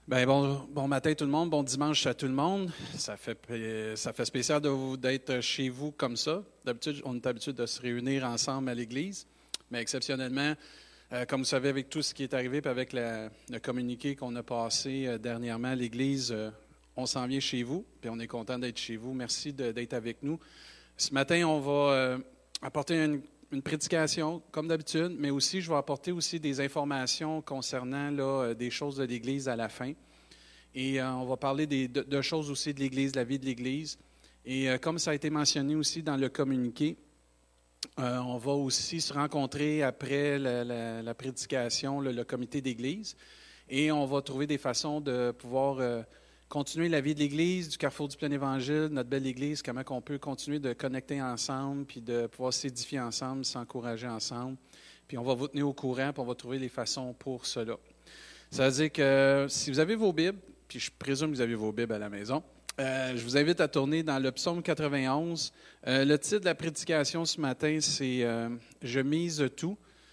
Ben bon matin tout le monde, bon dimanche à tout le monde. Ça fait spécial d'être chez vous comme ça. D'habitude, on est habitué de se réunir ensemble à l'église, mais exceptionnellement, comme vous savez, avec tout ce qui est arrivé, puis avec le communiqué qu'on a passé dernièrement à l'église, on s'en vient chez vous, puis on est content d'être chez vous. Merci d'être avec nous. Ce matin, on va apporter une prédication, comme d'habitude, mais aussi, je vais apporter aussi des informations concernant des choses de l'Église à la fin. Et on va parler de choses aussi de l'Église, de la vie de l'Église. Et comme ça a été mentionné aussi dans le communiqué, on va aussi se rencontrer après la prédication, le comité d'Église, et on va trouver des façons de pouvoir continuer la vie de l'Église, du Carrefour du Plein Évangile, notre belle Église, comment on peut continuer de connecter ensemble, puis de pouvoir s'édifier ensemble, s'encourager ensemble. Puis on va vous tenir au courant, puis on va trouver les façons pour cela. Ça veut dire que si vous avez vos Bibles, puis je présume que vous avez vos Bibles à la maison, je vous invite à tourner dans le psaume 91. Le titre de la prédication ce matin, c'est « Je mise tout ».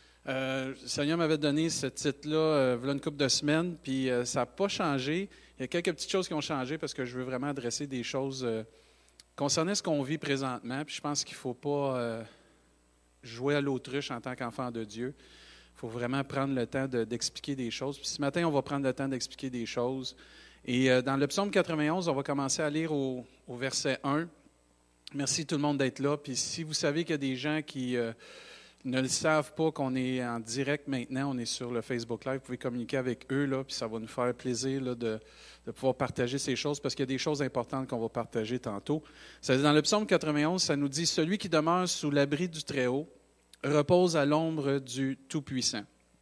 Le Seigneur m'avait donné ce titre-là il y a une couple de semaines, puis ça n'a pas changé. Il y a quelques petites choses qui ont changé parce que je veux vraiment adresser des choses concernant ce qu'on vit présentement. Puis je pense qu'il ne faut pas jouer à l'autruche en tant qu'enfant de Dieu. Il faut vraiment prendre le temps d'expliquer des choses. Puis ce matin, on va prendre le temps d'expliquer des choses. Et dans le psaume 91, on va commencer à lire au verset 1. Merci tout le monde d'être là. Puis si vous savez qu'il y a des gens qui ne le savent pas qu'on est en direct maintenant, on est sur le Facebook Live, vous pouvez communiquer avec eux, là, puis ça va nous faire plaisir là, de pouvoir partager ces choses, parce qu'il y a des choses importantes qu'on va partager tantôt. Dans le psaume 91, ça nous dit « Celui qui demeure sous l'abri du Très-Haut repose à l'ombre du Tout-Puissant.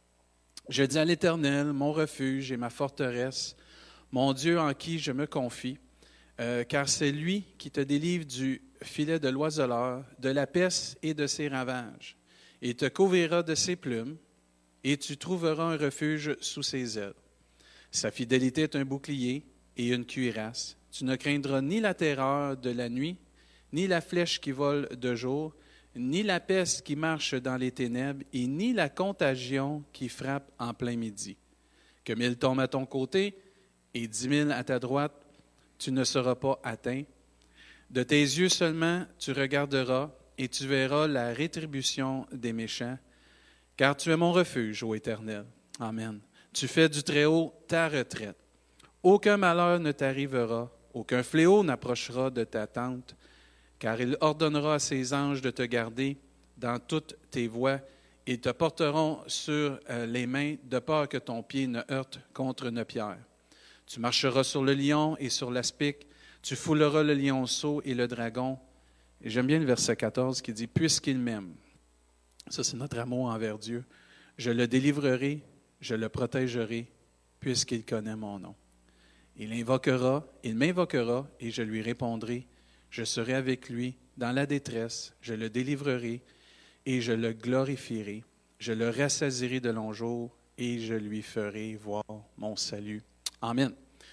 Je dis à l'Éternel, mon refuge et ma forteresse, mon Dieu en qui je me confie, car c'est lui qui te délivre du filet de l'oiseleur, de la peste et de ses ravages. Il te couvrira de ses plumes, et tu trouveras un refuge sous ses ailes. Sa fidélité est un bouclier et une cuirasse. Tu ne craindras ni la terreur de la nuit, ni la flèche qui vole de jour, ni la peste qui marche dans les ténèbres, et ni la contagion qui frappe en plein midi. Que 1000 tombent à ton côté et 10 000 à ta droite, tu ne seras pas atteint. De tes yeux seulement tu regarderas, et tu verras la rétribution des méchants, car tu es mon refuge, ô Éternel. Amen. Tu fais du Très-Haut ta retraite. Aucun malheur ne t'arrivera, aucun fléau n'approchera de ta tente, car il ordonnera à ses anges de te garder dans toutes tes voies. Ils te porteront sur les mains, de peur que ton pied ne heurte contre une pierre. Tu marcheras sur le lion et sur l'aspic, tu fouleras le lionceau et le dragon. Et j'aime bien le verset 14 qui dit « Puisqu'il m'aime », ça c'est notre amour envers Dieu, « je le délivrerai, je le protégerai, puisqu'il connaît mon nom. Il m'invoquera et je lui répondrai. Je serai avec lui dans la détresse, je le délivrerai et je le glorifierai. Je le rassasierai de longs jours et je lui ferai voir mon salut. » Amen.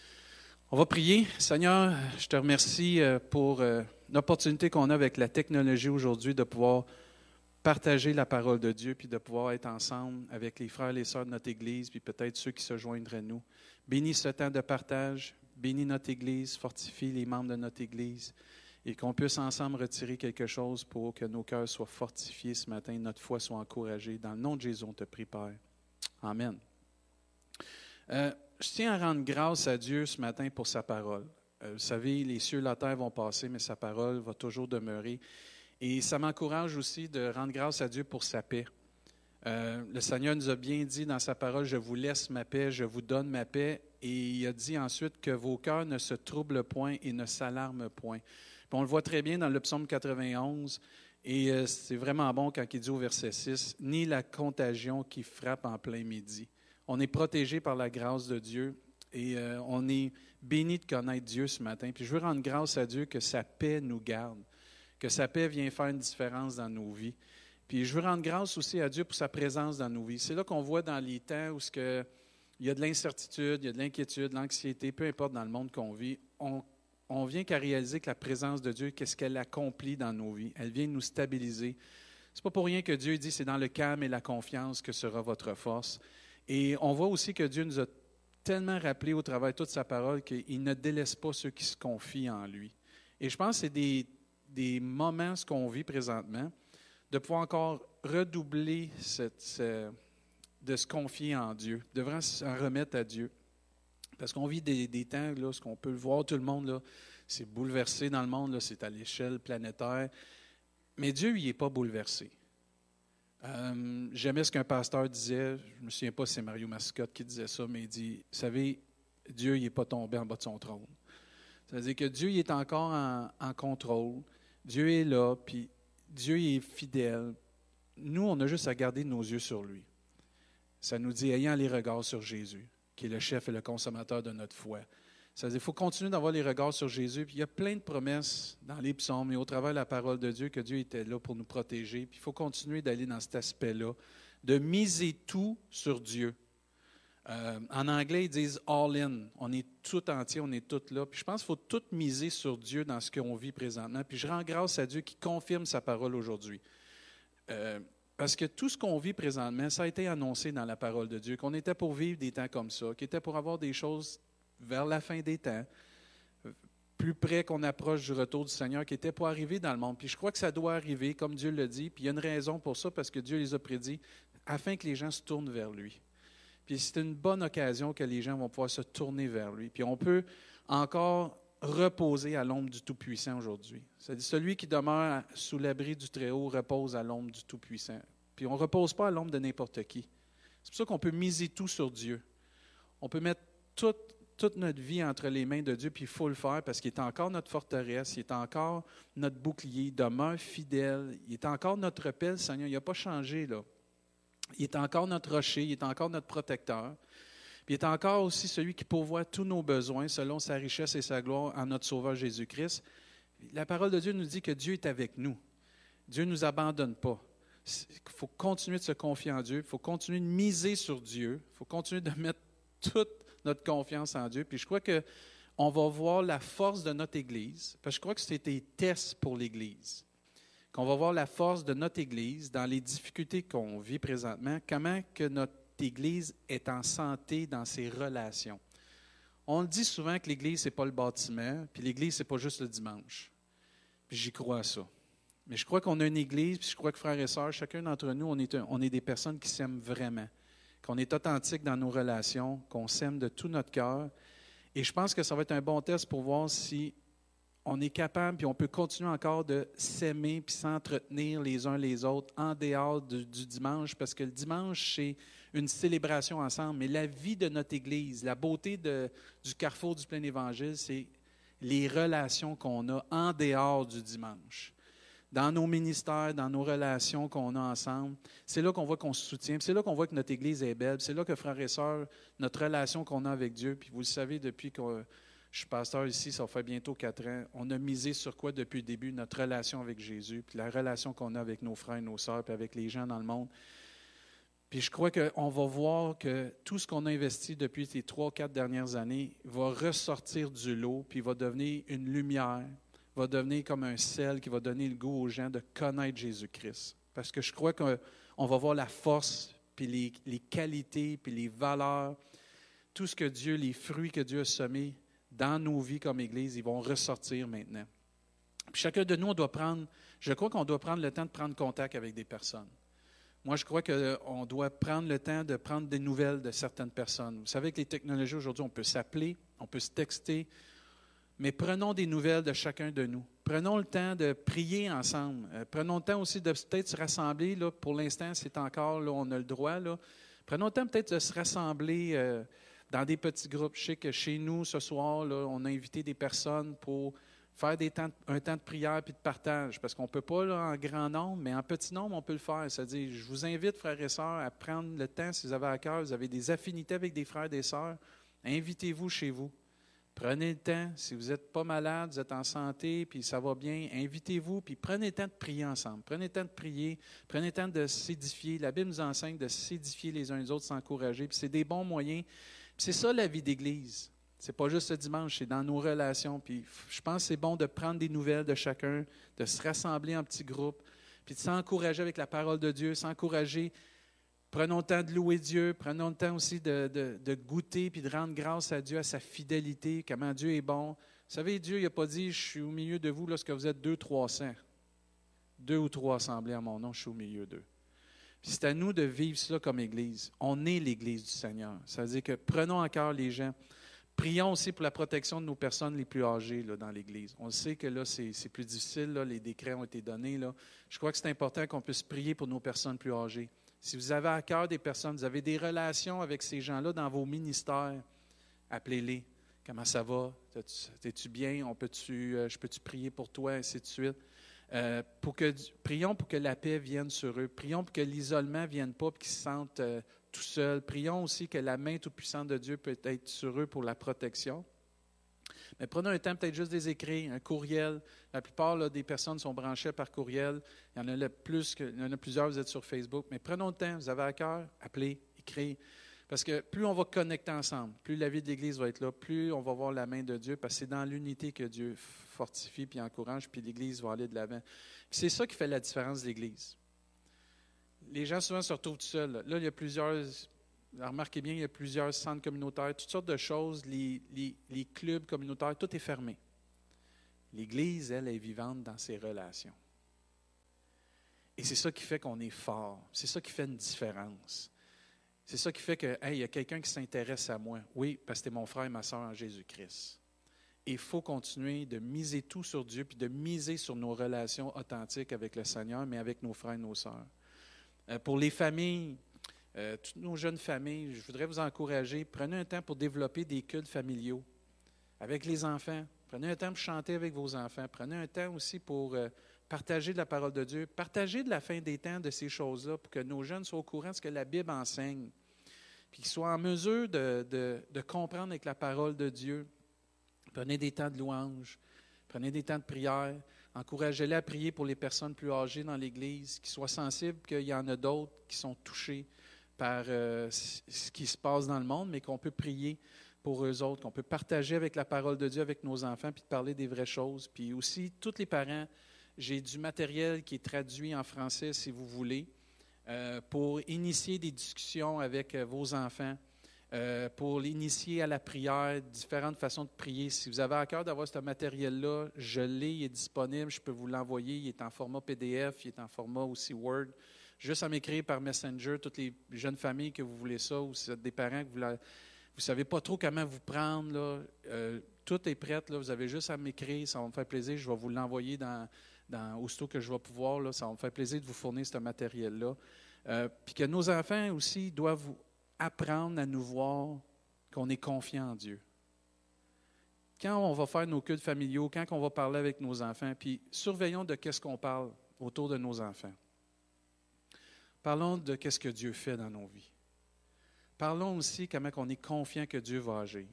On va prier. Seigneur, je te remercie pour l'opportunité qu'on a avec la technologie aujourd'hui de pouvoir partager la parole de Dieu puis de pouvoir être ensemble avec les frères et les sœurs de notre Église puis peut-être ceux qui se joindraient à nous. Bénis ce temps de partage, bénis notre Église, fortifie les membres de notre Église et qu'on puisse ensemble retirer quelque chose pour que nos cœurs soient fortifiés ce matin, notre foi soit encouragée. Dans le nom de Jésus, on te prie, Père. Amen. Je tiens à rendre grâce à Dieu ce matin pour sa parole. Vous savez, les cieux et la terre vont passer, mais sa parole va toujours demeurer. Et ça m'encourage aussi de rendre grâce à Dieu pour sa paix. Le Seigneur nous a bien dit dans sa parole, « Je vous laisse ma paix, je vous donne ma paix. » Et il a dit ensuite que vos cœurs ne se troublent point et ne s'alarment point. Puis on le voit très bien dans le psaume 91. Et c'est vraiment bon quand il dit au verset 6, « Ni la contagion qui frappe en plein midi. » On est protégé par la grâce de Dieu et on est béni de connaître Dieu ce matin. Puis je veux rendre grâce à Dieu que sa paix nous garde, que sa paix vient faire une différence dans nos vies. Puis je veux rendre grâce aussi à Dieu pour sa présence dans nos vies. C'est là qu'on voit dans les temps où il y a de l'incertitude, il y a de l'inquiétude, de l'anxiété, peu importe dans le monde qu'on vit, on vient qu'à réaliser que la présence de Dieu, qu'est-ce qu'elle accomplit dans nos vies. Elle vient nous stabiliser. C'est pas pour rien que Dieu dit, c'est dans le calme et la confiance que sera votre force. Et on voit aussi que Dieu nous a tellement rappelé au travers de toute sa parole qu'il ne délaisse pas ceux qui se confient en lui. Et je pense que c'est des moments, ce qu'on vit présentement, de pouvoir encore redoubler de se confier en Dieu, de vraiment s'en remettre à Dieu. Parce qu'on vit des temps, là, ce qu'on peut le voir, tout le monde, là, c'est bouleversé dans le monde, là, c'est à l'échelle planétaire. Mais Dieu, il n'est pas bouleversé. J'aimais ce qu'un pasteur disait, je ne me souviens pas si c'est Mario Mascotte qui disait ça, mais il dit, vous savez, Dieu, il n'est pas tombé en bas de son trône. Ça veut dire que Dieu, il est encore en contrôle. Dieu est là, puis Dieu il est fidèle. Nous, on a juste à garder nos yeux sur lui. Ça nous dit, ayant les regards sur Jésus, qui est le chef et le consommateur de notre foi. Ça veut dire qu'il faut continuer d'avoir les regards sur Jésus. Puis il y a plein de promesses dans les psaumes et au travers de la parole de Dieu que Dieu était là pour nous protéger. Puis il faut continuer d'aller dans cet aspect-là, de miser tout sur Dieu. En anglais, ils disent « all in ». On est tout entier, on est tout là. Puis je pense qu'il faut tout miser sur Dieu dans ce qu'on vit présentement. Puis je rends grâce à Dieu qui confirme sa parole aujourd'hui. Parce que tout ce qu'on vit présentement, ça a été annoncé dans la parole de Dieu, qu'on était pour vivre des temps comme ça, qu'il était pour avoir des choses vers la fin des temps, plus près qu'on approche du retour du Seigneur, qui était pour arriver dans le monde. Puis je crois que ça doit arriver, comme Dieu le dit, puis il y a une raison pour ça, parce que Dieu les a prédits, afin que les gens se tournent vers lui. Puis c'est une bonne occasion que les gens vont pouvoir se tourner vers lui. Puis on peut encore reposer à l'ombre du Tout-Puissant aujourd'hui. C'est-à-dire, celui qui demeure sous l'abri du Très-Haut repose à l'ombre du Tout-Puissant. Puis on ne repose pas à l'ombre de n'importe qui. C'est pour ça qu'on peut miser tout sur Dieu. On peut mettre toute notre vie entre les mains de Dieu, puis il faut le faire parce qu'il est encore notre forteresse, il est encore notre bouclier, il demeure fidèle, il est encore notre repère, Seigneur, il n'a pas changé, là. Il est encore notre rocher, il est encore notre protecteur. Puis il est encore aussi celui qui pourvoit tous nos besoins selon sa richesse et sa gloire en notre Sauveur Jésus-Christ. La parole de Dieu nous dit que Dieu est avec nous. Dieu ne nous abandonne pas. Il faut continuer de se confier en Dieu, il faut continuer de miser sur Dieu, il faut continuer de mettre toute notre confiance en Dieu. Puis je crois qu'on va voir la force de notre Église, parce que je crois que c'est des tests pour l'Église. Qu'on va voir la force de notre Église dans les difficultés qu'on vit présentement, comment que notre Église est en santé dans ses relations. On le dit souvent que l'Église, ce n'est pas le bâtiment, puis l'Église, ce n'est pas juste le dimanche. Puis j'y crois à ça. Mais je crois qu'on a une Église, puis je crois que frères et sœurs, chacun d'entre nous, on est des personnes qui s'aiment vraiment, qu'on est authentique dans nos relations, qu'on s'aime de tout notre cœur. Et je pense que ça va être un bon test pour voir si on est capable, puis on peut continuer encore de s'aimer puis s'entretenir les uns les autres en dehors du dimanche, parce que le dimanche, c'est une célébration ensemble. Mais la vie de notre Église, la beauté du carrefour du plein évangile, c'est les relations qu'on a en dehors du dimanche. Dans nos ministères, dans nos relations qu'on a ensemble, c'est là qu'on voit qu'on se soutient, puis c'est là qu'on voit que notre Église est belle, puis c'est là que, frères et sœurs, notre relation qu'on a avec Dieu, puis vous le savez, depuis que je suis pasteur ici, ça va faire bientôt 4 ans, on a misé sur quoi depuis le début? Notre relation avec Jésus, puis la relation qu'on a avec nos frères et nos sœurs, puis avec les gens dans le monde. Puis je crois qu'on va voir que tout ce qu'on a investi depuis ces 3-4 dernières années va ressortir du lot, puis va devenir une lumière, va devenir comme un sel qui va donner le goût aux gens de connaître Jésus-Christ. Parce que je crois qu'on va voir la force, puis les qualités, puis les valeurs, tout ce que Dieu, les fruits que Dieu a semés dans nos vies comme Église, ils vont ressortir maintenant. Puis chacun de nous, je crois qu'on doit prendre le temps de prendre contact avec des personnes. Moi, je crois qu'on doit prendre le temps de prendre des nouvelles de certaines personnes. Vous savez que les technologies aujourd'hui, on peut s'appeler, on peut se texter, mais prenons des nouvelles de chacun de nous. Prenons le temps de prier ensemble. Prenons le temps aussi de peut-être se rassembler. Là, pour l'instant, c'est encore, là, on a le droit. Là. Prenons le temps peut-être de se rassembler dans des petits groupes. Je sais que chez nous, ce soir, là, on a invité des personnes pour faire un temps de prière et de partage. Parce qu'on ne peut pas là, en grand nombre, mais en petit nombre, on peut le faire. C'est-à-dire, je vous invite, frères et sœurs, à prendre le temps, si vous avez à cœur, vous avez des affinités avec des frères et des sœurs, invitez-vous chez vous. Prenez le temps, si vous n'êtes pas malade, vous êtes en santé, puis ça va bien, invitez-vous, puis prenez le temps de prier ensemble. Prenez le temps de prier, prenez le temps de s'édifier. La Bible nous enseigne de s'édifier les uns les autres, s'encourager, puis c'est des bons moyens. Puis c'est ça la vie d'Église. C'est pas juste le dimanche, c'est dans nos relations. Puis je pense que c'est bon de prendre des nouvelles de chacun, de se rassembler en petits groupes, puis de s'encourager avec la parole de Dieu, s'encourager Prenons le temps de louer Dieu, prenons le temps aussi de goûter puis de rendre grâce à Dieu, à sa fidélité, comment Dieu est bon. Vous savez, Dieu n'a pas dit « Je suis au milieu de vous lorsque vous êtes 200-300. 2 ou 3 assemblés à mon nom, je suis au milieu d'eux. » Puis c'est à nous de vivre cela comme Église. On est l'Église du Seigneur. Ça veut dire que prenons en cœur les gens. Prions aussi pour la protection de nos personnes les plus âgées là, dans l'Église. On sait que là, c'est plus difficile, là, les décrets ont été donnés. Là. Je crois que c'est important qu'on puisse prier pour nos personnes plus âgées. Si vous avez à cœur des personnes, vous avez des relations avec ces gens-là dans vos ministères, appelez-les. Comment ça va? Es-tu bien? Je peux-tu prier pour toi? Ainsi de suite. Prions pour que la paix vienne sur eux. Prions pour que l'isolement ne vienne pas et qu'ils se sentent tout seuls. Prions aussi que la main toute-puissante de Dieu peut être sur eux pour la protection. Mais prenons un temps, peut-être juste des écrits, un courriel. La plupart là, des personnes sont branchées par courriel. Il y en a plusieurs, vous êtes sur Facebook. Mais prenons le temps, vous avez à cœur, appelez, écrivez. Parce que plus on va connecter ensemble, plus la vie de l'Église va être là, plus on va voir la main de Dieu, parce que c'est dans l'unité que Dieu fortifie puis encourage, puis l'Église va aller de l'avant. Puis c'est ça qui fait la différence de l'Église. Les gens souvent se retrouvent tout seuls. Là, il y a plusieurs... Remarquez bien, il y a plusieurs centres communautaires, toutes sortes de choses, les clubs communautaires, tout est fermé. L'Église, elle, est vivante dans ses relations. Et c'est ça qui fait qu'on est fort. C'est ça qui fait une différence. C'est ça qui fait que, hey, il y a quelqu'un qui s'intéresse à moi. Oui, parce que c'est mon frère et ma sœur en Jésus-Christ. Et il faut continuer de miser tout sur Dieu, puis de miser sur nos relations authentiques avec le Seigneur, mais avec nos frères et nos sœurs. Pour les familles, toutes nos jeunes familles, je voudrais vous encourager, prenez un temps pour développer des cultes familiaux avec les enfants. Prenez un temps pour chanter avec vos enfants. Prenez un temps aussi pour partager de la parole de Dieu. Partager de la fin des temps de ces choses-là pour que nos jeunes soient au courant de ce que la Bible enseigne. Puis qu'ils soient en mesure de comprendre avec la parole de Dieu. Prenez des temps de louange. Prenez des temps de prière. Encouragez-les à prier pour les personnes plus âgées dans l'Église, qui soient sensibles qu'il y en a d'autres qui sont touchés par ce qui se passe dans le monde, mais qu'on peut prier pour eux autres, qu'on peut partager avec la parole de Dieu avec nos enfants, puis de parler des vraies choses. Puis aussi, tous les parents, j'ai du matériel qui est traduit en français, si vous voulez, pour initier des discussions avec vos enfants, pour l'initier à la prière, différentes façons de prier. Si vous avez à cœur d'avoir ce matériel-là, je l'ai, il est disponible, je peux vous l'envoyer. Il est en format PDF, il est en format aussi Word. Juste à m'écrire par Messenger, toutes les jeunes familles que vous voulez ça, ou si vous êtes des parents que vous ne savez pas trop comment vous prendre, là, tout est prêt, là, vous avez juste à m'écrire, ça va me faire plaisir, je vais vous l'envoyer aussitôt que je vais pouvoir, là, ça va me faire plaisir de vous fournir ce matériel-là. Puis que nos enfants aussi doivent apprendre à nous voir qu'on est confiant en Dieu. Quand on va faire nos cultes familiaux, quand on va parler avec nos enfants, puis surveillons de qu'est-ce qu'on parle autour de nos enfants. Parlons de qu'est-ce que Dieu fait dans nos vies. Parlons aussi comment on est confiant que Dieu va agir.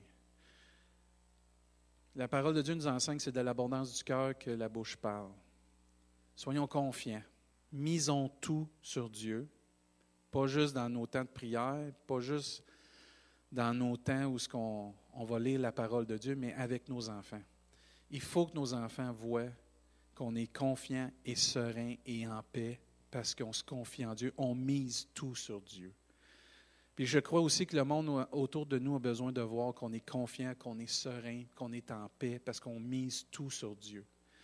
La parole de Dieu nous enseigne que c'est de l'abondance du cœur que la bouche parle. Soyons confiants. Misons tout sur Dieu. Pas juste dans nos temps de prière, pas juste dans nos temps où on va lire la parole de Dieu, mais avec nos enfants. Il faut que nos enfants voient qu'on est confiant et serein et en paix parce qu'on se confie en Dieu. On mise tout sur Dieu. Puis je crois aussi que le monde autour de nous a besoin de voir qu'on est confiant, qu'on est serein, qu'on est en paix parce qu'on mise tout sur Dieu.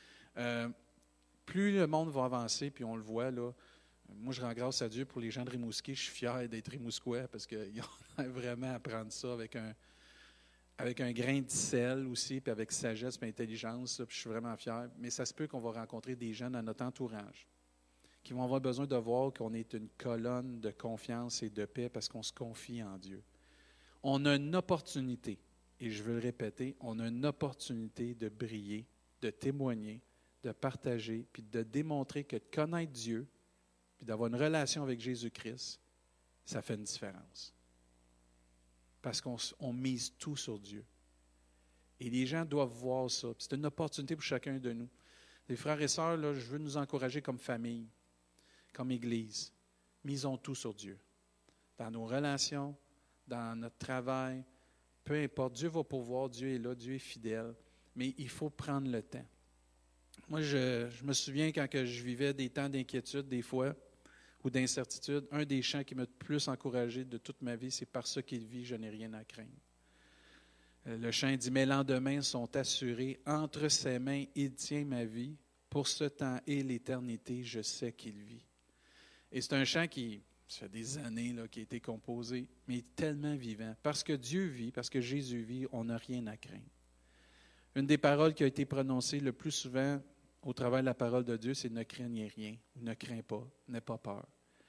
Plus le monde va avancer, puis on le voit là, moi, je rends grâce à Dieu pour les gens de Rimouski. Je suis fier d'être Rimouskois parce qu'ils ont vraiment à prendre ça avec un grain de sel aussi, puis avec sagesse et intelligence. Puis je suis vraiment fier. Mais ça se peut qu'on va rencontrer des gens dans notre entourage qui vont avoir besoin de voir qu'on est une colonne de confiance et de paix parce qu'on se confie en Dieu. On a une opportunité, et je veux le répéter, on a une opportunité de briller, de témoigner, de partager, puis de démontrer que de connaître Dieu, puis d'avoir une relation avec Jésus-Christ, ça fait une différence. Parce qu'on mise tout sur Dieu. Et les gens doivent voir ça. Puis c'est une opportunité pour chacun de nous. Les frères et sœurs, là, je veux nous encourager comme famille, comme Église. Misons tout sur Dieu. Dans nos relations, dans notre travail, peu importe. Dieu va pourvoir, Dieu est là, Dieu est fidèle. Mais il faut prendre le temps. Moi, je me souviens quand je vivais des temps d'inquiétude, des fois, ou d'incertitude, un des chants qui m'a le plus encouragé de toute ma vie, c'est « Par ce qu'il vit, je n'ai rien à craindre ». Le chant dit « Mes lendemains sont assurés, entre ses mains, il tient ma vie, pour ce temps et l'éternité, je sais qu'il vit ». Et c'est un chant qui, ça fait des années là, qui a été composé, mais il est tellement vivant. Parce que Dieu vit, parce que Jésus vit, on n'a rien à craindre. Une des paroles qui a été prononcée le plus souvent au travers de la parole de Dieu, c'est « Ne craignez rien » ou « Ne crains pas, n'aie pas peur ».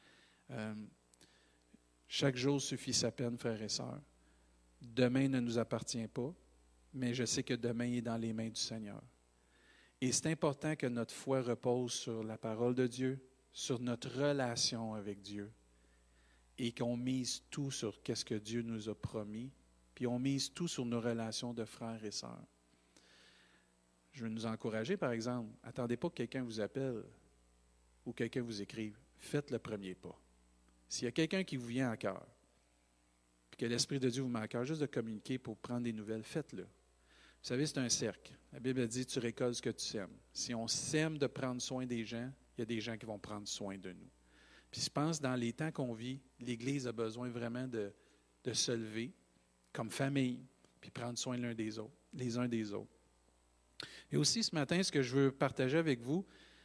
Chaque jour suffit sa peine, frères et sœurs. Demain ne nous appartient pas, mais je sais que demain est dans les mains du Seigneur. Et c'est important que notre foi repose sur la parole de Dieu, sur notre relation avec Dieu, et qu'on mise tout sur ce que Dieu nous a promis, puis on mise tout sur nos relations de frères et sœurs. Je veux nous encourager, par exemple, attendez pas que quelqu'un vous appelle ou quelqu'un vous écrive. Faites le premier pas. S'il y a quelqu'un qui vous vient à cœur, puis que l'Esprit de Dieu vous met à cœur, juste de communiquer pour prendre des nouvelles, faites-le. Vous savez, c'est un cercle. La Bible dit, tu récoltes ce que tu sèmes. Si on sème de prendre soin des gens, il y a des gens qui vont prendre soin de nous. Puis je pense, dans les temps qu'on vit, l'Église a besoin vraiment de se lever comme famille, puis prendre soin l'un des autres, les uns des autres. Et aussi, ce matin, ce que je veux partager avec vous,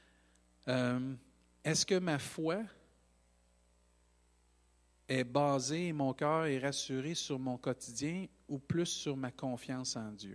est-ce que ma foi est basée et mon cœur est rassuré sur mon quotidien ou plus sur ma confiance en Dieu?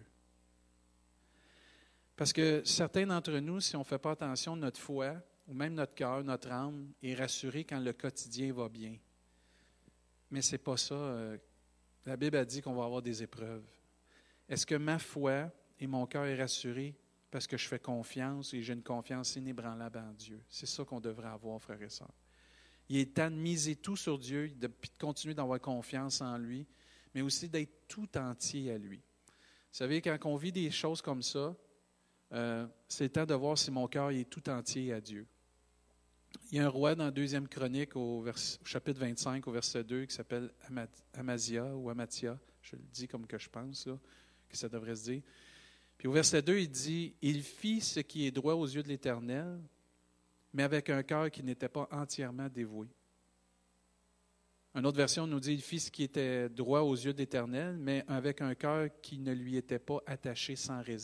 Parce que certains d'entre nous, si on ne fait pas attention, notre foi, ou même notre cœur, notre âme, est rassurée quand le quotidien va bien. Mais ce n'est pas ça. La Bible a dit qu'on va avoir des épreuves. Est-ce que ma foi et mon cœur est rassuré parce que je fais confiance et j'ai une confiance inébranlable en Dieu? C'est ça qu'on devrait avoir, frères et sœurs. Il est temps de miser tout sur Dieu, de continuer d'avoir confiance en lui, mais aussi d'être tout entier à lui. Vous savez, quand on vit des choses comme ça, c'est le temps de voir si mon cœur est tout entier à Dieu. Il y a un roi dans 2e Chronique, au chapitre 25, au verset 2, qui s'appelle Amaziah ou Amathia. Je le dis comme que je pense, là, que ça devrait se dire. Puis au verset 2, il dit « Il fit ce qui est droit aux yeux de l'Éternel, mais avec un cœur qui n'était pas entièrement dévoué. » Une autre version nous dit « Il fit ce qui était droit aux yeux de l'Éternel, mais avec un cœur qui ne lui était pas attaché sans réserve. »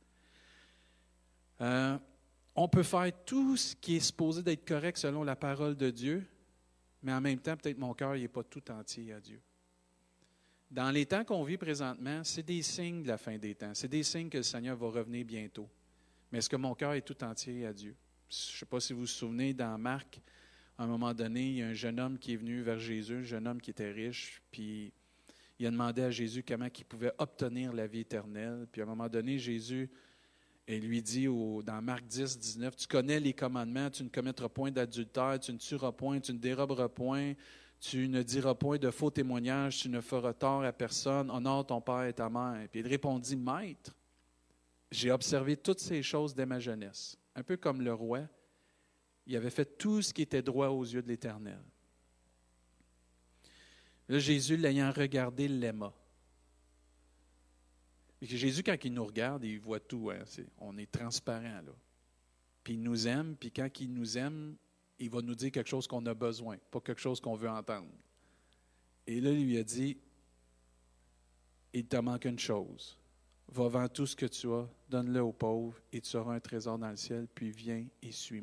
On peut faire tout ce qui est supposé d'être correct selon la parole de Dieu, mais en même temps, peut-être mon cœur n'est pas tout entier à Dieu. Dans les temps qu'on vit présentement, c'est des signes de la fin des temps. C'est des signes que le Seigneur va revenir bientôt. Mais est-ce que mon cœur est tout entier à Dieu? Je ne sais pas si vous vous souvenez, dans Marc, à un moment donné, il y a un jeune homme qui est venu vers Jésus, un jeune homme qui était riche, puis il a demandé à Jésus comment il pouvait obtenir la vie éternelle. Puis à un moment donné, Jésus lui dit dans Marc 10, 19, « Tu connais les commandements, tu ne commettras point d'adultère, tu ne tueras point, tu ne déroberas point, tu ne diras point de faux témoignages, tu ne feras tort à personne, honore ton père et ta mère. » Puis il répondit, « Maître, j'ai observé toutes ces choses dès ma jeunesse. » Un peu comme le roi, il avait fait tout ce qui était droit aux yeux de l'Éternel. Là, Jésus, l'ayant regardé, l'aima. Et Jésus, quand il nous regarde, il voit tout. Hein, on est transparent, là. Puis il nous aime, puis quand il nous aime, il va nous dire quelque chose qu'on a besoin, pas quelque chose qu'on veut entendre. Et là, il lui a dit, « Il te manque une chose. Va vendre tout ce que tu as, donne-le aux pauvres, et tu auras un trésor dans le ciel, puis viens et suis-moi. »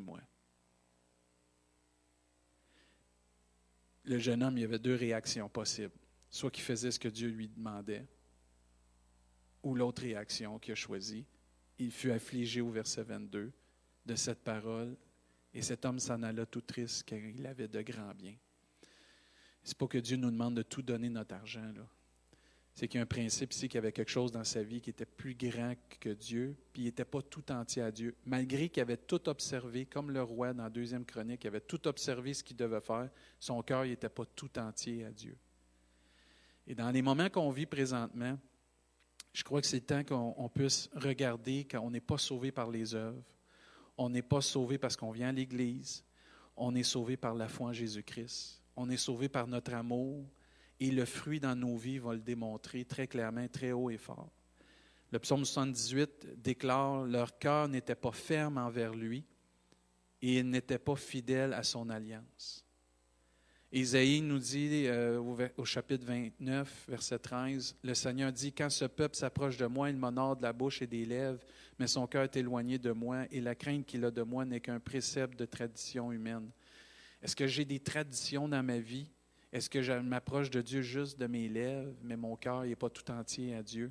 Le jeune homme, il y avait 2 réactions possibles. Soit qu'il faisait ce que Dieu lui demandait, ou l'autre réaction qu'il a choisie. Il fut affligé au verset 22 de cette parole, et cet homme s'en alla tout triste, car il avait de grands biens. C'est pas que Dieu nous demande de tout donner notre argent, là. C'est qu'il y a un principe ici qu'il y avait quelque chose dans sa vie qui était plus grand que Dieu, puis il n'était pas tout entier à Dieu. Malgré qu'il avait tout observé, comme le roi dans 2e Chronique, il avait tout observé ce qu'il devait faire, son cœur n'était pas tout entier à Dieu. Et dans les moments qu'on vit présentement, je crois que c'est le temps qu'on puisse regarder quand on n'est pas sauvé par les œuvres, on n'est pas sauvé parce qu'on vient à l'Église, on est sauvé par la foi en Jésus-Christ, on est sauvé par notre amour, et le fruit dans nos vies va le démontrer très clairement, très haut et fort. Le psaume 78 déclare « Leur cœur n'était pas ferme envers lui, et il n'était pas fidèle à son alliance. Isaïe nous dit au chapitre 29, verset 13, le Seigneur dit, « Quand ce peuple s'approche de moi, il m'honore de la bouche et des lèvres, mais son cœur est éloigné de moi, et la crainte qu'il a de moi n'est qu'un précepte de tradition humaine. » Est-ce que j'ai des traditions dans ma vie? Est-ce que je m'approche de Dieu juste de mes lèvres, mais mon cœur n'est pas tout entier à Dieu?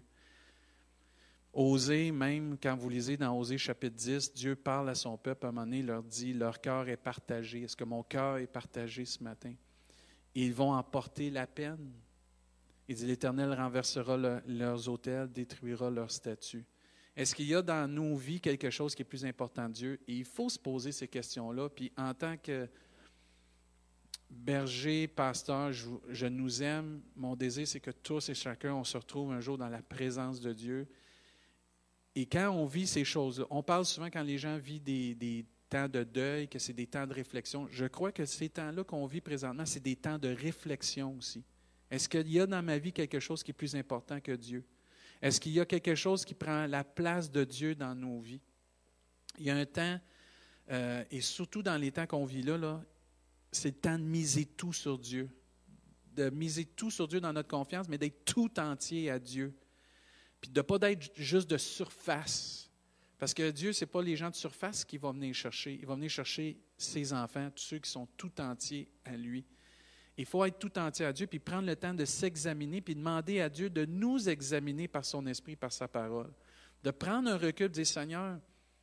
Osée, même quand vous lisez dans Osée chapitre 10, Dieu parle à son peuple, à un moment donné, il leur dit, leur cœur est partagé. Est-ce que mon cœur est partagé ce matin? Et ils vont en porter la peine. Il dit, l'Éternel renversera leurs autels, détruira leurs statues. Est-ce qu'il y a dans nos vies quelque chose qui est plus important de Dieu? Et il faut se poser ces questions-là. Puis en tant que berger, pasteur, je nous aime. Mon désir, c'est que tous et chacun, on se retrouve un jour dans la présence de Dieu. Et quand on vit ces choses-là, on parle souvent quand les gens vivent des temps de deuil, que c'est des temps de réflexion. Je crois que ces temps-là qu'on vit présentement, c'est des temps de réflexion aussi. Est-ce qu'il y a dans ma vie quelque chose qui est plus important que Dieu? Est-ce qu'il y a quelque chose qui prend la place de Dieu dans nos vies? Il y a un temps, et surtout dans les temps qu'on vit là, c'est le temps de miser tout sur Dieu. De miser tout sur Dieu dans notre confiance, mais d'être tout entier à Dieu. Puis de ne pas être juste de surface. Parce que Dieu, ce n'est pas les gens de surface qui vont venir chercher. Il va venir chercher ses enfants, tous ceux qui sont tout entiers à lui. Il faut être tout entier à Dieu, puis prendre le temps de s'examiner, puis demander à Dieu de nous examiner par son esprit, par sa parole. De prendre un recul, de dire, Seigneur,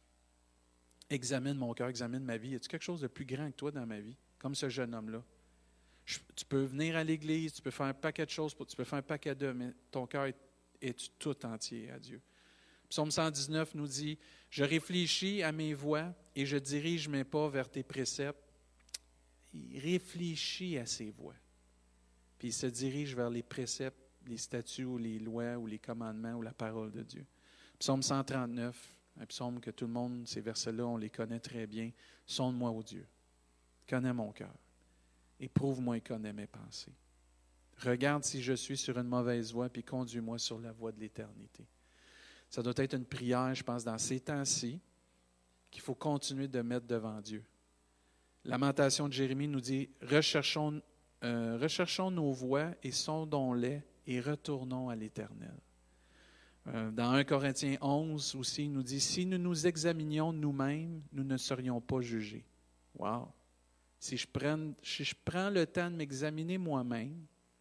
examine mon cœur, examine ma vie. Y a-t-il quelque chose de plus grand que toi dans ma vie, comme ce jeune homme-là? Tu peux venir à l'église, tu peux faire un paquet de choses, tu peux faire un paquet d'œuvres, mais ton cœur est tout entier à Dieu. Psaume 119 nous dit, « Je réfléchis à mes voies et je dirige mes pas vers tes préceptes. » Il réfléchit à ses voies. Puis il se dirige vers les préceptes, les statuts ou les lois ou les commandements ou la parole de Dieu. Psaume 139, un psaume que tout le monde, ces versets-là, on les connaît très bien. « Sonde-moi, ô Dieu, connais mon cœur, éprouve-moi et connais mes pensées. Regarde si je suis sur une mauvaise voie, puis conduis-moi sur la voie de l'éternité. » Ça doit être une prière, je pense, dans ces temps-ci, qu'il faut continuer de mettre devant Dieu. Lamentation de Jérémie nous dit, recherchons nos voies et sondons-les et retournons à l'Éternel. Dans 1 Corinthiens 11 aussi, il nous dit, si nous nous examinions nous-mêmes, nous ne serions pas jugés. Wow! Si je prends le temps de m'examiner moi-même,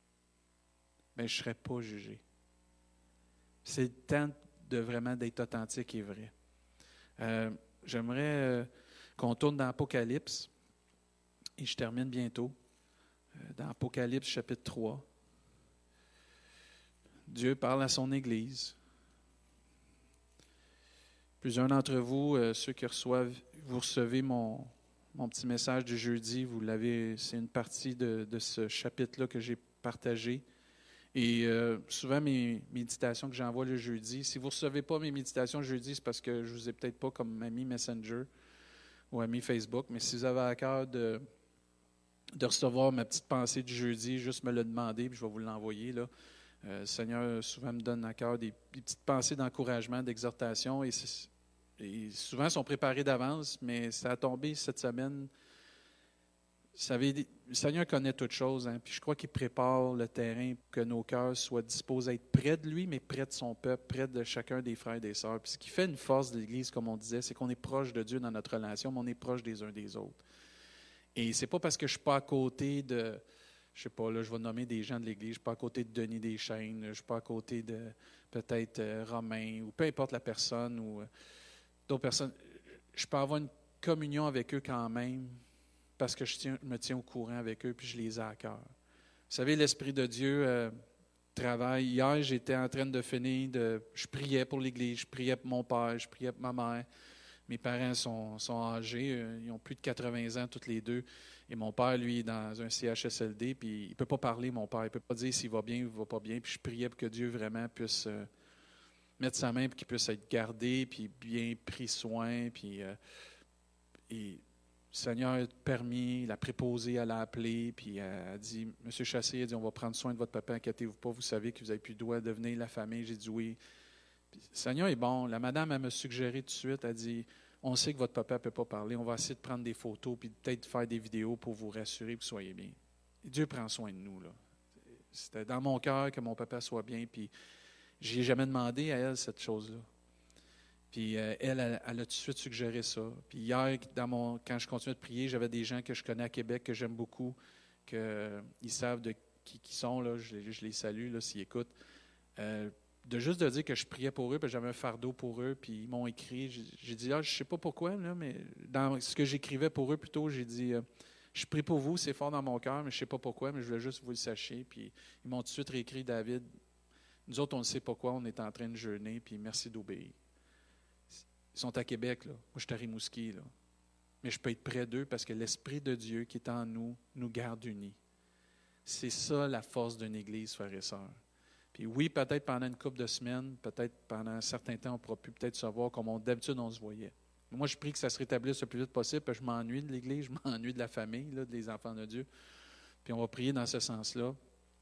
bien, je ne serai pas jugé. C'est le temps de vraiment d'être authentique et vrai. J'aimerais qu'on tourne dans Apocalypse, et je termine bientôt, dans Apocalypse chapitre 3. Dieu parle à son Église. Plusieurs d'entre vous, ceux qui vous recevez mon petit message du jeudi, vous l'avez, c'est une partie de ce chapitre-là que j'ai partagé. Et souvent, mes méditations que j'envoie le jeudi, si vous ne recevez pas mes méditations le jeudi, c'est parce que je ne vous ai peut-être pas comme ami Messenger ou ami Facebook, mais si vous avez à cœur de recevoir ma petite pensée du jeudi, juste me le demander, puis je vais vous l'envoyer. Là. Le Seigneur souvent me donne à cœur des petites pensées d'encouragement, d'exhortation, et souvent sont préparées d'avance, mais ça a tombé cette semaine. Vous savez, le Seigneur connaît toutes choses, hein, puis je crois qu'il prépare le terrain pour que nos cœurs soient disposés à être près de lui, mais près de son peuple, près de chacun des frères et des sœurs. Puis ce qui fait une force de l'Église, comme on disait, c'est qu'on est proche de Dieu dans notre relation, mais on est proche des uns des autres. Et c'est pas parce que je ne suis pas à côté de, je sais pas, là, je vais nommer des gens de l'Église, je ne suis pas à côté de Denis Deschênes, je ne suis pas à côté de peut-être Romain, ou peu importe la personne, ou d'autres personnes. Je peux avoir une communion avec eux quand même, parce que je me tiens au courant avec eux, puis je les ai à cœur. Vous savez, l'Esprit de Dieu travaille. Hier, j'étais en train de finir, je priais pour l'Église, je priais pour mon père, je priais pour ma mère. Mes parents sont âgés, ils ont plus de 80 ans tous les deux. Et mon père, lui, est dans un CHSLD, puis il ne peut pas parler, mon père. Il ne peut pas dire s'il va bien ou il ne va pas bien. Puis je priais pour que Dieu vraiment puisse mettre sa main pour qu'il puisse être gardé, puis bien pris soin. Puis, et le Seigneur a permis, il a préposé, elle a appelé, puis elle a dit, « Monsieur Chassé, il a dit, on va prendre soin de votre papa, inquiétez-vous pas, vous savez que vous n'avez plus le droit de devenir la famille. » J'ai dit oui. Puis, le Seigneur est bon. La madame, elle m'a suggéré tout de suite, elle dit, On sait que votre papa ne peut pas parler. On va essayer de prendre des photos puis peut-être faire des vidéos pour vous rassurer que vous soyez bien. Et Dieu prend soin de nous, là. C'était dans mon cœur que mon papa soit bien, puis je n'ai jamais demandé à elle cette chose-là. Puis elle a tout de suite suggéré ça. Puis hier, quand je continuais de prier, j'avais des gens que je connais à Québec, que j'aime beaucoup, qu'ils savent de qui sont, là, je les salue, là, s'ils écoutent. Juste de dire que je priais pour eux, puis j'avais un fardeau pour eux, puis ils m'ont écrit. J'ai dit, je ne sais pas pourquoi, là, mais dans ce que j'écrivais pour eux, plutôt, j'ai dit, je prie pour vous, c'est fort dans mon cœur, mais je ne sais pas pourquoi, mais je voulais juste que vous le sachiez. Puis ils m'ont tout de suite réécrit, David, nous autres, on ne sait pas quoi, on est en train de jeûner, puis merci d'obéir. Ils sont à Québec, là. Moi, je suis à Rimouski, là. Mais je peux être près d'eux parce que l'Esprit de Dieu qui est en nous nous garde unis. C'est ça la force d'une Église, frères et sœurs. Puis oui, peut-être pendant une couple de semaines, peut-être pendant un certain temps, on pourra plus peut-être se voir comme d'habitude on se voyait. Moi, je prie que ça se rétablisse le plus vite possible, parce que je m'ennuie de l'Église, je m'ennuie de la famille, là, des enfants de Dieu. Puis on va prier dans ce sens-là.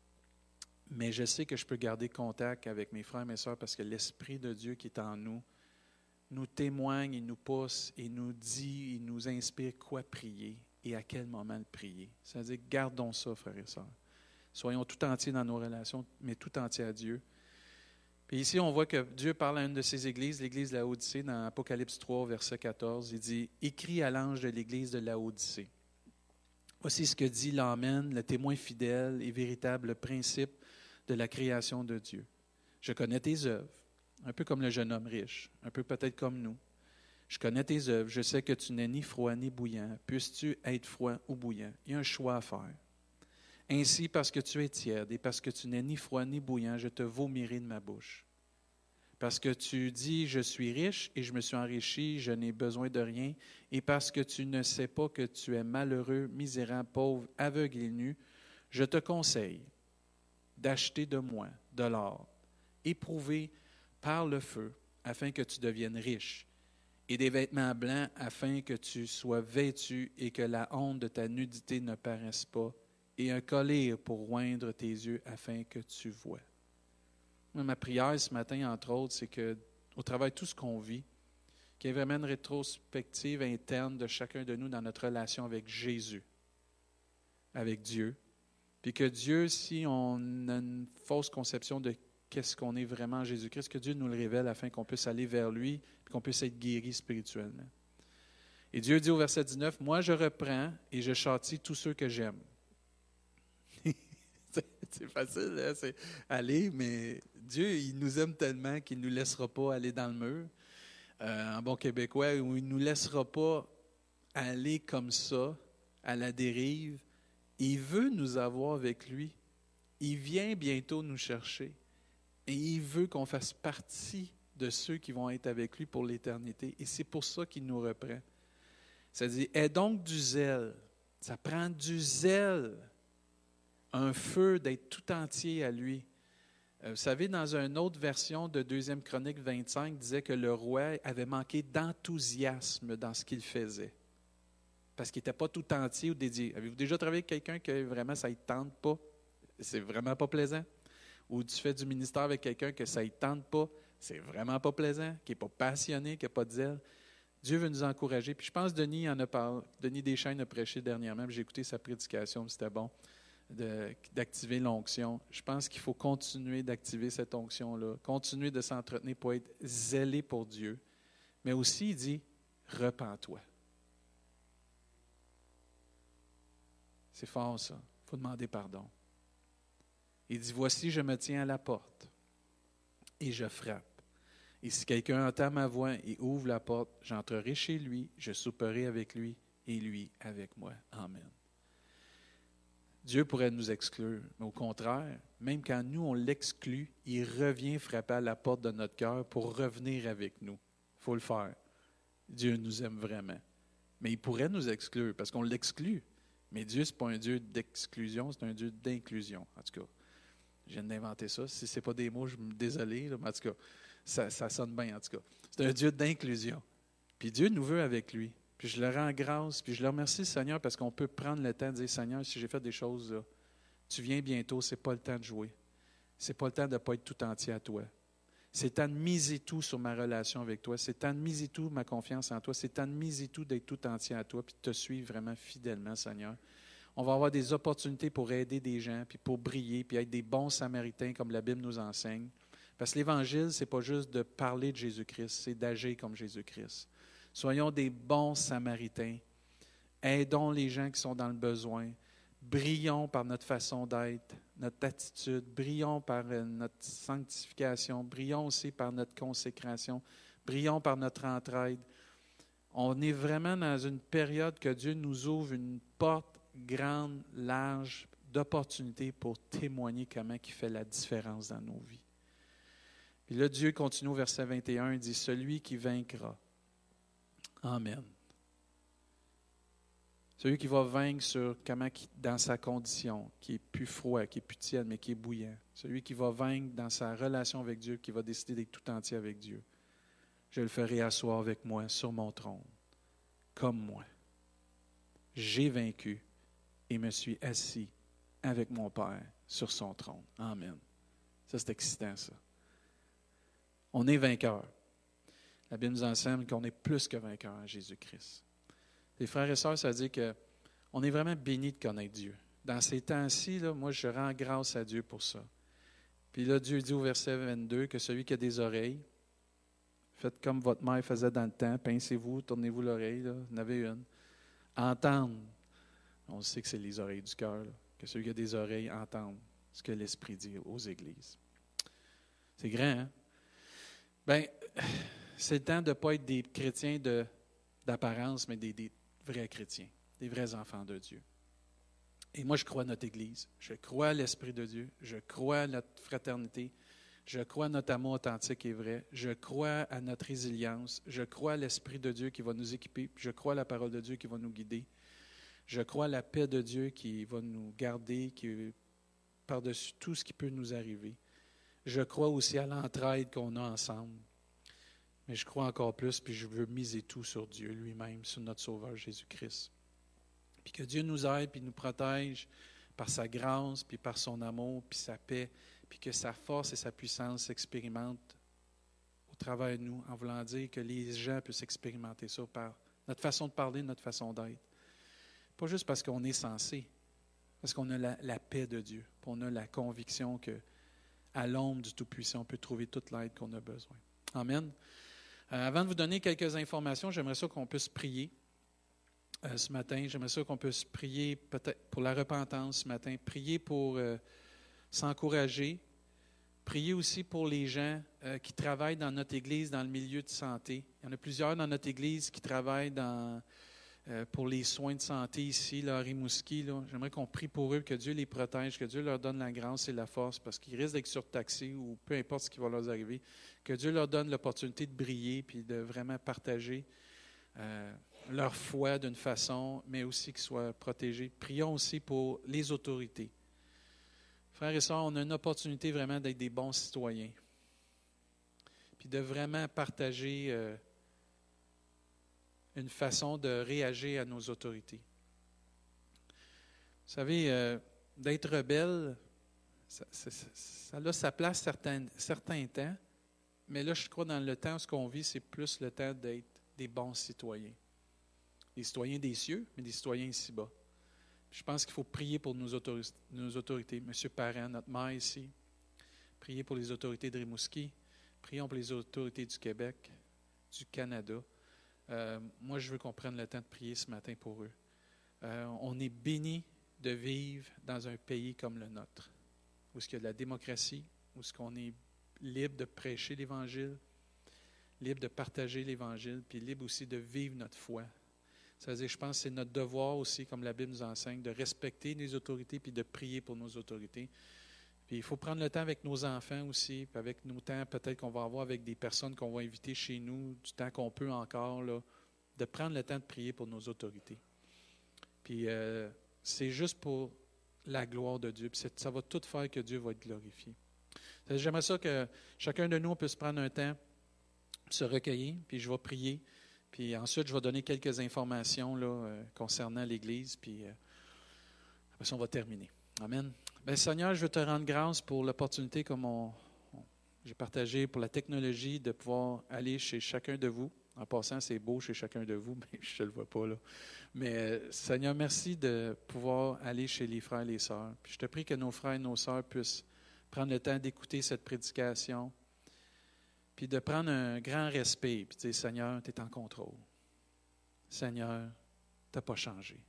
Mais je sais que je peux garder contact avec mes frères et mes sœurs parce que l'Esprit de Dieu qui est en nous témoigne, il nous pousse, et nous dit, il nous inspire quoi prier et à quel moment le prier. C'est-à-dire, gardons ça, frères et sœurs. Soyons tout entiers dans nos relations, mais tout entiers à Dieu. Puis ici, on voit que Dieu parle à une de ses églises, l'église de Laodicée, dans Apocalypse 3, verset 14. Il dit, « Écris à l'ange de l'église de Laodicée. Voici ce que dit l'Amen, le témoin fidèle et véritable principe de la création de Dieu. Je connais tes œuvres, un peu comme le jeune homme riche, un peu peut-être comme nous. Je connais tes œuvres, je sais que tu n'es ni froid ni bouillant. Puisses-tu être froid ou bouillant? Il y a un choix à faire. Ainsi, parce que tu es tiède et parce que tu n'es ni froid ni bouillant, je te vomirai de ma bouche. Parce que tu dis, je suis riche et je me suis enrichi, je n'ai besoin de rien. Et parce que tu ne sais pas que tu es malheureux, misérable, pauvre, aveugle et nu, je te conseille d'acheter de moi de l'or, éprouvé par le feu, afin que tu deviennes riche, et des vêtements blancs, afin que tu sois vêtu et que la honte de ta nudité ne paraisse pas, et un collier pour oindre tes yeux, afin que tu vois. Moi, ma prière ce matin, entre autres, c'est qu'au travers de tout ce qu'on vit, qu'il y ait vraiment une rétrospective interne de chacun de nous dans notre relation avec Jésus, avec Dieu. Puis que Dieu, si on a une fausse conception de qu'est-ce qu'on est vraiment en Jésus-Christ, que Dieu nous le révèle afin qu'on puisse aller vers lui et qu'on puisse être guéri spirituellement. Et Dieu dit au verset 19, « Moi, je reprends et je châtie tous ceux que j'aime. » C'est facile, hein? C'est aller, mais Dieu, il nous aime tellement qu'il ne nous laissera pas aller dans le mur. En bon québécois, où il ne nous laissera pas aller comme ça, à la dérive. Il veut nous avoir avec lui. Il vient bientôt nous chercher. Et il veut qu'on fasse partie de ceux qui vont être avec lui pour l'éternité. Et c'est pour ça qu'il nous reprend. Ça dit, aie donc du zèle. Ça prend du zèle. Un feu d'être tout entier à lui. Vous savez, dans une autre version de 2 Chronique 25, disait que le roi avait manqué d'enthousiasme dans ce qu'il faisait. Parce qu'il n'était pas tout entier ou dédié. Avez-vous déjà travaillé avec quelqu'un que vraiment ça ne tente pas? C'est vraiment pas plaisant. Ou tu fais du ministère avec quelqu'un que ça ne tente pas, c'est vraiment pas plaisant, qui n'est pas passionné, qui n'a pas de zèle. Dieu veut nous encourager. Puis je pense que Denis en a parlé. Denis Deschênes a prêché dernièrement. J'ai écouté sa prédication, c'était bon. D'activer l'onction. Je pense qu'il faut continuer d'activer cette onction-là, continuer de s'entretenir pour être zélé pour Dieu. Mais aussi, il dit, repens-toi. C'est fort, ça. Il faut demander pardon. Il dit, voici, je me tiens à la porte et je frappe. Et si quelqu'un entend ma voix et ouvre la porte, j'entrerai chez lui, je souperai avec lui et lui avec moi. Amen. Dieu pourrait nous exclure, mais au contraire, même quand nous, on l'exclut, il revient frapper à la porte de notre cœur pour revenir avec nous. Il faut le faire. Dieu nous aime vraiment. Mais il pourrait nous exclure parce qu'on l'exclut. Mais Dieu, ce n'est pas un Dieu d'exclusion, c'est un Dieu d'inclusion. En tout cas, je viens d'inventer ça. Si ce n'est pas des mots, je suis désolé, là, mais en tout cas, ça sonne bien, en tout cas. C'est un Dieu d'inclusion. Puis Dieu nous veut avec lui. Puis je le rends grâce, puis je le remercie, Seigneur, parce qu'on peut prendre le temps de dire, Seigneur, si j'ai fait des choses, là, tu viens bientôt, ce n'est pas le temps de jouer. Ce n'est pas le temps de ne pas être tout entier à toi. C'est temps de miser tout sur ma relation avec toi. C'est temps de miser tout ma confiance en toi. C'est temps de miser tout, d'être tout entier à toi, puis de te suivre vraiment fidèlement, Seigneur. On va avoir des opportunités pour aider des gens, puis pour briller, puis être des bons Samaritains, comme la Bible nous enseigne. Parce que l'Évangile, ce n'est pas juste de parler de Jésus-Christ, c'est d'agir comme Jésus-Christ. Soyons des bons Samaritains. Aidons les gens qui sont dans le besoin. Brillons par notre façon d'être, notre attitude. Brillons par notre sanctification. Brillons aussi par notre consécration. Brillons par notre entraide. On est vraiment dans une période que Dieu nous ouvre une porte grande, large, d'opportunités pour témoigner comment il fait la différence dans nos vies. Puis là, Dieu continue au verset 21, il dit « Celui qui vaincra. » Amen. Celui qui va vaincre sur comment, dans sa condition, qui est plus froid, qui est plus tiède, mais qui est bouillant. Celui qui va vaincre dans sa relation avec Dieu, qui va décider d'être tout entier avec Dieu. Je le ferai asseoir avec moi sur mon trône, comme moi. J'ai vaincu et me suis assis avec mon Père sur son trône. Amen. Ça, c'est excitant, ça. On est vainqueur. La Bible nous enseigne qu'on est plus que vainqueur en Jésus-Christ. Les frères et sœurs, ça veut dire qu'on est vraiment bénis de connaître Dieu. Dans ces temps-ci, là, moi, je rends grâce à Dieu pour ça. Puis là, Dieu dit au verset 22 que celui qui a des oreilles, faites comme votre mère faisait dans le temps, pincez-vous, tournez-vous l'oreille, là, vous en avez une. Entendre. On sait que c'est les oreilles du cœur, là, que celui qui a des oreilles entende ce que l'Esprit dit aux églises. C'est grand, hein? Bien, c'est le temps de ne pas être des chrétiens d'apparence, mais des vrais chrétiens, des vrais enfants de Dieu. Et moi, je crois à notre Église, je crois à l'Esprit de Dieu, je crois à notre fraternité, je crois à notre amour authentique et vrai, je crois à notre résilience, je crois à l'Esprit de Dieu qui va nous équiper, je crois à la parole de Dieu qui va nous guider, je crois à la paix de Dieu qui va nous garder, qui est par-dessus tout ce qui peut nous arriver. Je crois aussi à l'entraide qu'on a ensemble. Mais je crois encore plus, puis je veux miser tout sur Dieu lui-même, sur notre Sauveur Jésus-Christ. Puis que Dieu nous aide, puis nous protège par sa grâce, puis par son amour, puis sa paix, puis que sa force et sa puissance s'expérimentent au travers de nous, en voulant dire que les gens puissent expérimenter ça par notre façon de parler, notre façon d'être. Pas juste parce qu'on est censé, parce qu'on a la paix de Dieu, puis on a la conviction qu'à l'ombre du Tout-Puissant, on peut trouver toute l'aide qu'on a besoin. Amen. Avant de vous donner quelques informations, j'aimerais ça qu'on puisse prier ce matin. J'aimerais ça qu'on puisse prier peut-être pour la repentance ce matin, prier pour s'encourager, prier aussi pour les gens qui travaillent dans notre Église, dans le milieu de santé. Il y en a plusieurs dans notre Église qui travaillent pour les soins de santé ici, là, à Rimouski. Là. J'aimerais qu'on prie pour eux, que Dieu les protège, que Dieu leur donne la grâce et la force, parce qu'ils risquent d'être surtaxés ou peu importe ce qui va leur arriver. Que Dieu leur donne l'opportunité de briller puis de vraiment partager leur foi d'une façon, mais aussi qu'ils soient protégés. Prions aussi pour les autorités. Frères et sœurs, on a une opportunité vraiment d'être des bons citoyens, puis de vraiment partager une façon de réagir à nos autorités. Vous savez, d'être rebelle, ça a sa place certains temps, mais là, je crois dans le temps, ce qu'on vit, c'est plus le temps d'être des bons citoyens. Des citoyens des cieux, mais des citoyens ici-bas. Je pense qu'il faut prier pour nos autorités. M. Parent, notre maire ici, priez pour les autorités de Rimouski, prions pour les autorités du Québec, du Canada. Moi, je veux qu'on prenne le temps de prier ce matin pour eux. On est bénis de vivre dans un pays comme le nôtre, où il y a de la démocratie, où on est libre de prêcher l'Évangile, libre de partager l'Évangile, puis libre aussi de vivre notre foi. Ça veut dire, je pense que c'est notre devoir aussi, comme la Bible nous enseigne, de respecter les autorités puis de prier pour nos autorités. Puis il faut prendre le temps avec nos enfants aussi, puis avec nos temps peut-être qu'on va avoir avec des personnes qu'on va inviter chez nous, du temps qu'on peut encore, là, de prendre le temps de prier pour nos autorités. Puis c'est juste pour la gloire de Dieu. Puis ça va tout faire que Dieu va être glorifié. J'aimerais ça que chacun de nous puisse prendre un temps, se recueillir, puis je vais prier. Puis ensuite, je vais donner quelques informations là, concernant l'Église, puis après ça, on va terminer. Amen. Bien, Seigneur, je veux te rendre grâce pour l'opportunité comme J'ai partagé pour la technologie de pouvoir aller chez chacun de vous. En passant, c'est beau chez chacun de vous, mais je ne le vois pas là. Mais Seigneur, merci de pouvoir aller chez les frères et les sœurs. Puis je te prie que nos frères et nos sœurs puissent prendre le temps d'écouter cette prédication, puis de prendre un grand respect, puis de dire, Seigneur, tu es en contrôle. Seigneur, tu n'as pas changé.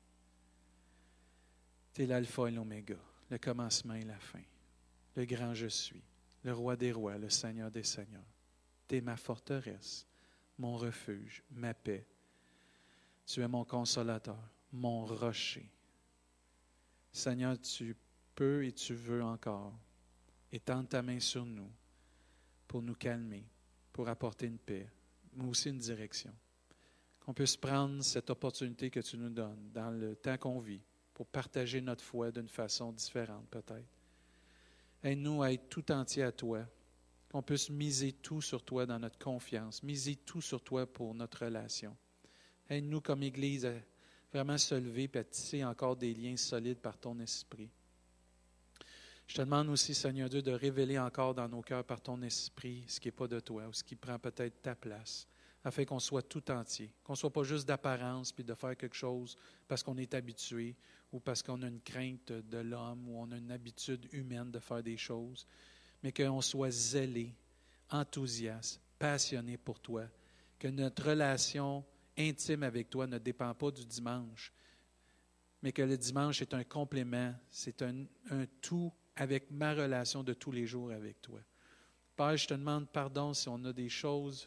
Tu es l'alpha et l'oméga, le commencement et la fin, le grand je suis, le roi des rois, le Seigneur des seigneurs. Tu es ma forteresse, mon refuge, ma paix. Tu es mon consolateur, mon rocher. Seigneur, tu peux et tu veux encore étendre ta main sur nous pour nous calmer, pour apporter une paix, mais aussi une direction. Qu'on puisse prendre cette opportunité que tu nous donnes dans le temps qu'on vit pour partager notre foi d'une façon différente peut-être. Aide-nous à être tout entier à toi, qu'on puisse miser tout sur toi dans notre confiance, miser tout sur toi pour notre relation. Aide-nous comme Église à vraiment se lever et à tisser encore des liens solides par ton esprit. Je te demande aussi, Seigneur Dieu, de révéler encore dans nos cœurs par ton esprit ce qui n'est pas de toi ou ce qui prend peut-être ta place, afin qu'on soit tout entier, qu'on ne soit pas juste d'apparence puis de faire quelque chose parce qu'on est habitué ou parce qu'on a une crainte de l'homme ou on a une habitude humaine de faire des choses, mais qu'on soit zélé, enthousiaste, passionné pour toi, que notre relation intime avec toi ne dépend pas du dimanche, mais que le dimanche est un complément, c'est un tout avec ma relation de tous les jours avec toi. Père, je te demande pardon si on a des choses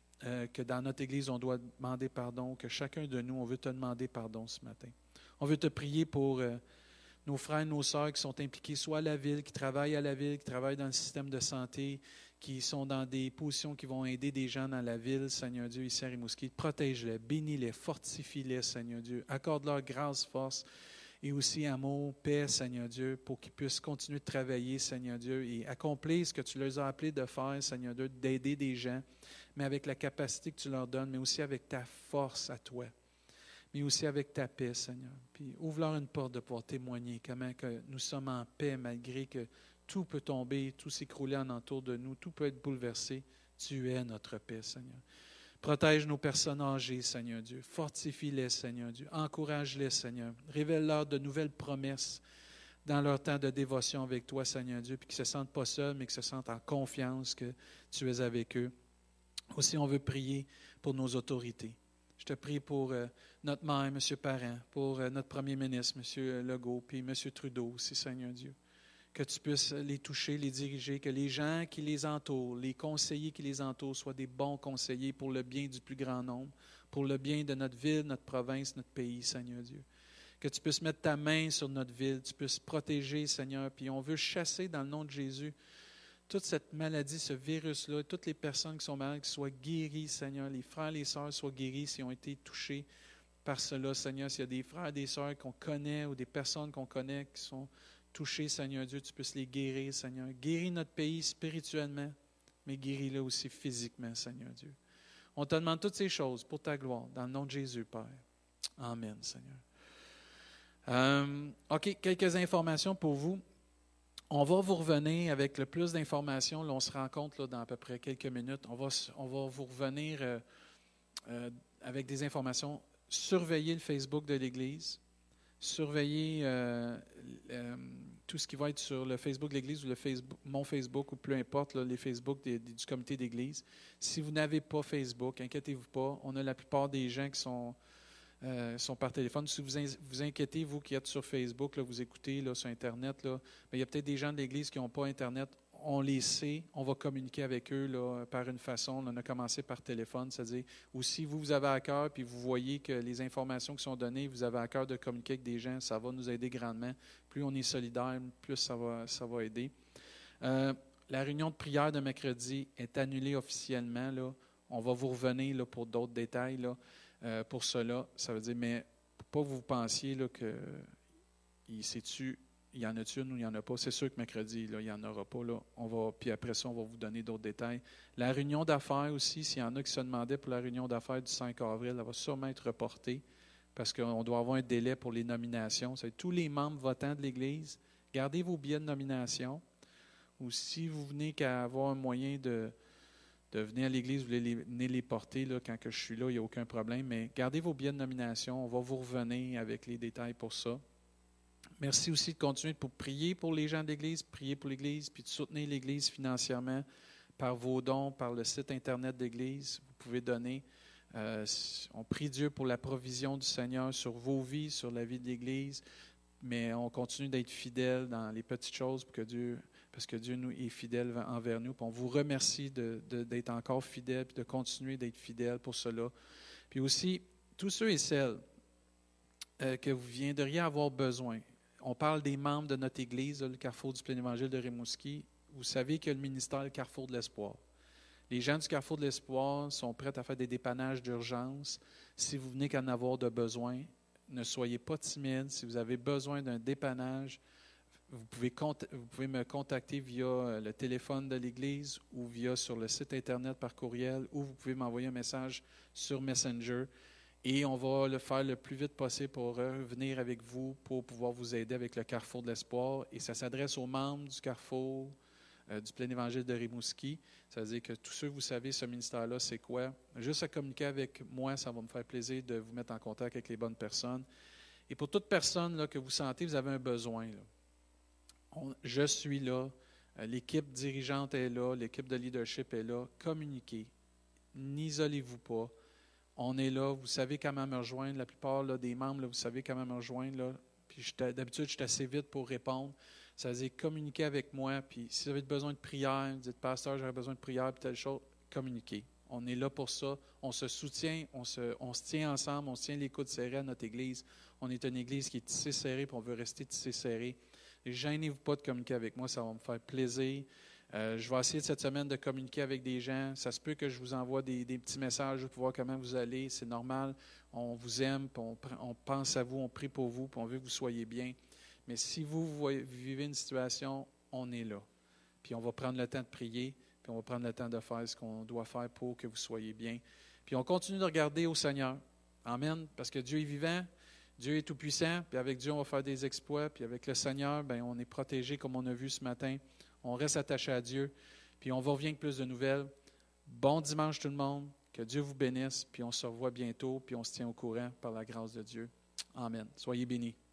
que dans notre Église, on doit demander pardon, que chacun de nous, on veut te demander pardon ce matin. On veut te prier pour nos frères et nos sœurs qui sont impliqués soit à la ville, qui travaillent à la ville, qui travaillent dans le système de santé, qui sont dans des positions qui vont aider des gens dans la ville, Seigneur Dieu, ici à Rimouski. Protège-les, bénis-les, fortifie-les, Seigneur Dieu. Accorde-leur grâce, force et aussi amour, paix, Seigneur Dieu, pour qu'ils puissent continuer de travailler, Seigneur Dieu, et accomplir ce que tu leur as appelé de faire, Seigneur Dieu, d'aider des gens, mais avec la capacité que tu leur donnes, mais aussi avec ta force à toi, mais aussi avec ta paix, Seigneur. Puis ouvre-leur une porte de pouvoir témoigner comment que nous sommes en paix malgré que tout peut tomber, tout s'écrouler en entour de nous, tout peut être bouleversé. Tu es notre paix, Seigneur. Protège nos personnes âgées, Seigneur Dieu. Fortifie-les, Seigneur Dieu. Encourage-les, Seigneur. Révèle-leur de nouvelles promesses dans leur temps de dévotion avec toi, Seigneur Dieu, puis qu'ils ne se sentent pas seuls, mais qu'ils se sentent en confiance que tu es avec eux. Aussi, on veut prier pour nos autorités. Je te prie pour notre maire, M. Parent, pour notre premier ministre, M. Legault, puis M. Trudeau aussi, Seigneur Dieu. Que tu puisses les toucher, les diriger, que les gens qui les entourent, les conseillers qui les entourent soient des bons conseillers pour le bien du plus grand nombre, pour le bien de notre ville, notre province, notre pays, Seigneur Dieu. Que tu puisses mettre ta main sur notre ville, tu puisses protéger, Seigneur, puis on veut chasser dans le nom de Jésus toute cette maladie, ce virus-là, toutes les personnes qui sont malades, qui soient guéries, Seigneur, les frères et les sœurs soient guéris s'ils ont été touchés par cela, Seigneur. S'il y a des frères et des sœurs qu'on connaît ou des personnes qu'on connaît qui sont touchés, Seigneur Dieu, tu puisses les guérir, Seigneur. Guéris notre pays spirituellement, mais guéris-le aussi physiquement, Seigneur Dieu. On te demande toutes ces choses pour ta gloire, dans le nom de Jésus, Père. Amen, Seigneur. OK, quelques informations pour vous. On va vous revenir avec le plus d'informations. Là, on se rencontre là, dans à peu près quelques minutes. On va vous revenir avec des informations. Surveillez le Facebook de l'Église. Surveillez tout ce qui va être sur le Facebook de l'Église ou mon Facebook ou peu importe, là, les Facebook du comité d'Église. Si vous n'avez pas Facebook, inquiétez-vous pas. On a la plupart des gens qui sont par téléphone. Si vous inquiétez, vous qui êtes sur Facebook, là, vous écoutez là, sur Internet, là, il y a peut-être des gens de l'Église qui n'ont pas Internet. On les sait, on va communiquer avec eux là, par une façon. On a commencé par téléphone, c'est-à-dire, ou si vous avez à cœur, puis vous voyez que les informations qui sont données, vous avez à cœur de communiquer avec des gens, ça va nous aider grandement. Plus on est solidaire, plus ça va aider. La réunion de prière de mercredi est annulée officiellement. Là. On va vous revenir là, pour d'autres détails. Là. Pour cela, ça veut dire, mais pour pas que vous pensiez là, que il y en a-tu une ou il n'y en a pas. C'est sûr que mercredi, là, il n'y en aura pas. Là. Puis après ça, on va vous donner d'autres détails. La réunion d'affaires aussi, s'il y en a qui se demandaient pour la réunion d'affaires du 5 avril, elle va sûrement être reportée parce qu'on doit avoir un délai pour les nominations. C'est tous les membres votants de l'Église, gardez vos billets de nomination. ou si vous venez qu'à avoir un moyen de venir à l'Église, vous voulez venir les porter là, quand que je suis là, il n'y a aucun problème. Mais gardez vos billets de nomination. On va vous revenir avec les détails pour ça. Merci aussi de continuer pour prier pour les gens de l'Église, prier pour l'Église, puis de soutenir l'Église financièrement par vos dons, par le site Internet de l'Église. Vous pouvez donner. On prie Dieu pour la provision du Seigneur sur vos vies, sur la vie de l'Église, mais on continue d'être fidèles dans les petites choses parce que Dieu nous est fidèle envers nous. Puis on vous remercie d'être encore fidèles et de continuer d'être fidèles pour cela. Puis aussi, tous ceux et celles que vous viendriez avoir besoin. On parle des membres de notre Église, le Carrefour du Plein Évangile de Rimouski. Vous savez qu'il y a le ministère le Carrefour de l'Espoir. Les gens du Carrefour de l'Espoir sont prêts à faire des dépannages d'urgence. Si vous venez qu'à en avoir de besoin, ne soyez pas timide. Si vous avez besoin d'un dépannage, vous pouvez me contacter via le téléphone de l'Église ou via sur le site Internet par courriel, ou vous pouvez m'envoyer un message sur Messenger. Et on va le faire le plus vite possible pour revenir avec vous pour pouvoir vous aider avec le Carrefour de l'Espoir. Et ça s'adresse aux membres du Carrefour du Plein Évangile de Rimouski. Ça veut dire que tous ceux, vous savez, ce ministère-là, c'est quoi? Juste à communiquer avec moi, ça va me faire plaisir de vous mettre en contact avec les bonnes personnes. Et pour toute personne là, que vous sentez, vous avez un besoin. Là. Je suis là. L'équipe dirigeante est là. L'équipe de leadership est là. Communiquez. N'isolez-vous pas. On est là, vous savez comment me rejoindre. La plupart là, des membres, là, vous savez comment me rejoindre. Là. Puis d'habitude, je suis assez vite pour répondre. Ça veut dire communiquer avec moi. Puis si vous avez besoin de prière, vous dites, pasteur, j'aurais besoin de prière, puis telle chose, communiquez. On est là pour ça. On se soutient, on se tient ensemble, on se tient les coudes serrés à notre Église. On est une Église qui est tissée serrée, puis on veut rester tissée serrée. Et gênez-vous pas de communiquer avec moi, ça va me faire plaisir. Je vais essayer cette semaine de communiquer avec des gens. Ça se peut que je vous envoie des petits messages pour voir comment vous allez. C'est normal. On vous aime, puis on pense à vous, on prie pour vous, puis on veut que vous soyez bien. Mais si vous vivez une situation, on est là. Puis on va prendre le temps de prier, puis on va prendre le temps de faire ce qu'on doit faire pour que vous soyez bien. Puis on continue de regarder au Seigneur. Amen. Parce que Dieu est vivant, Dieu est tout-puissant, puis avec Dieu, on va faire des exploits. Puis avec le Seigneur, bien, on est protégé, comme on a vu ce matin. On reste attaché à Dieu, puis on va revenir avec plus de nouvelles. Bon dimanche tout le monde, que Dieu vous bénisse, puis on se revoit bientôt, puis on se tient au courant par la grâce de Dieu. Amen. Soyez bénis.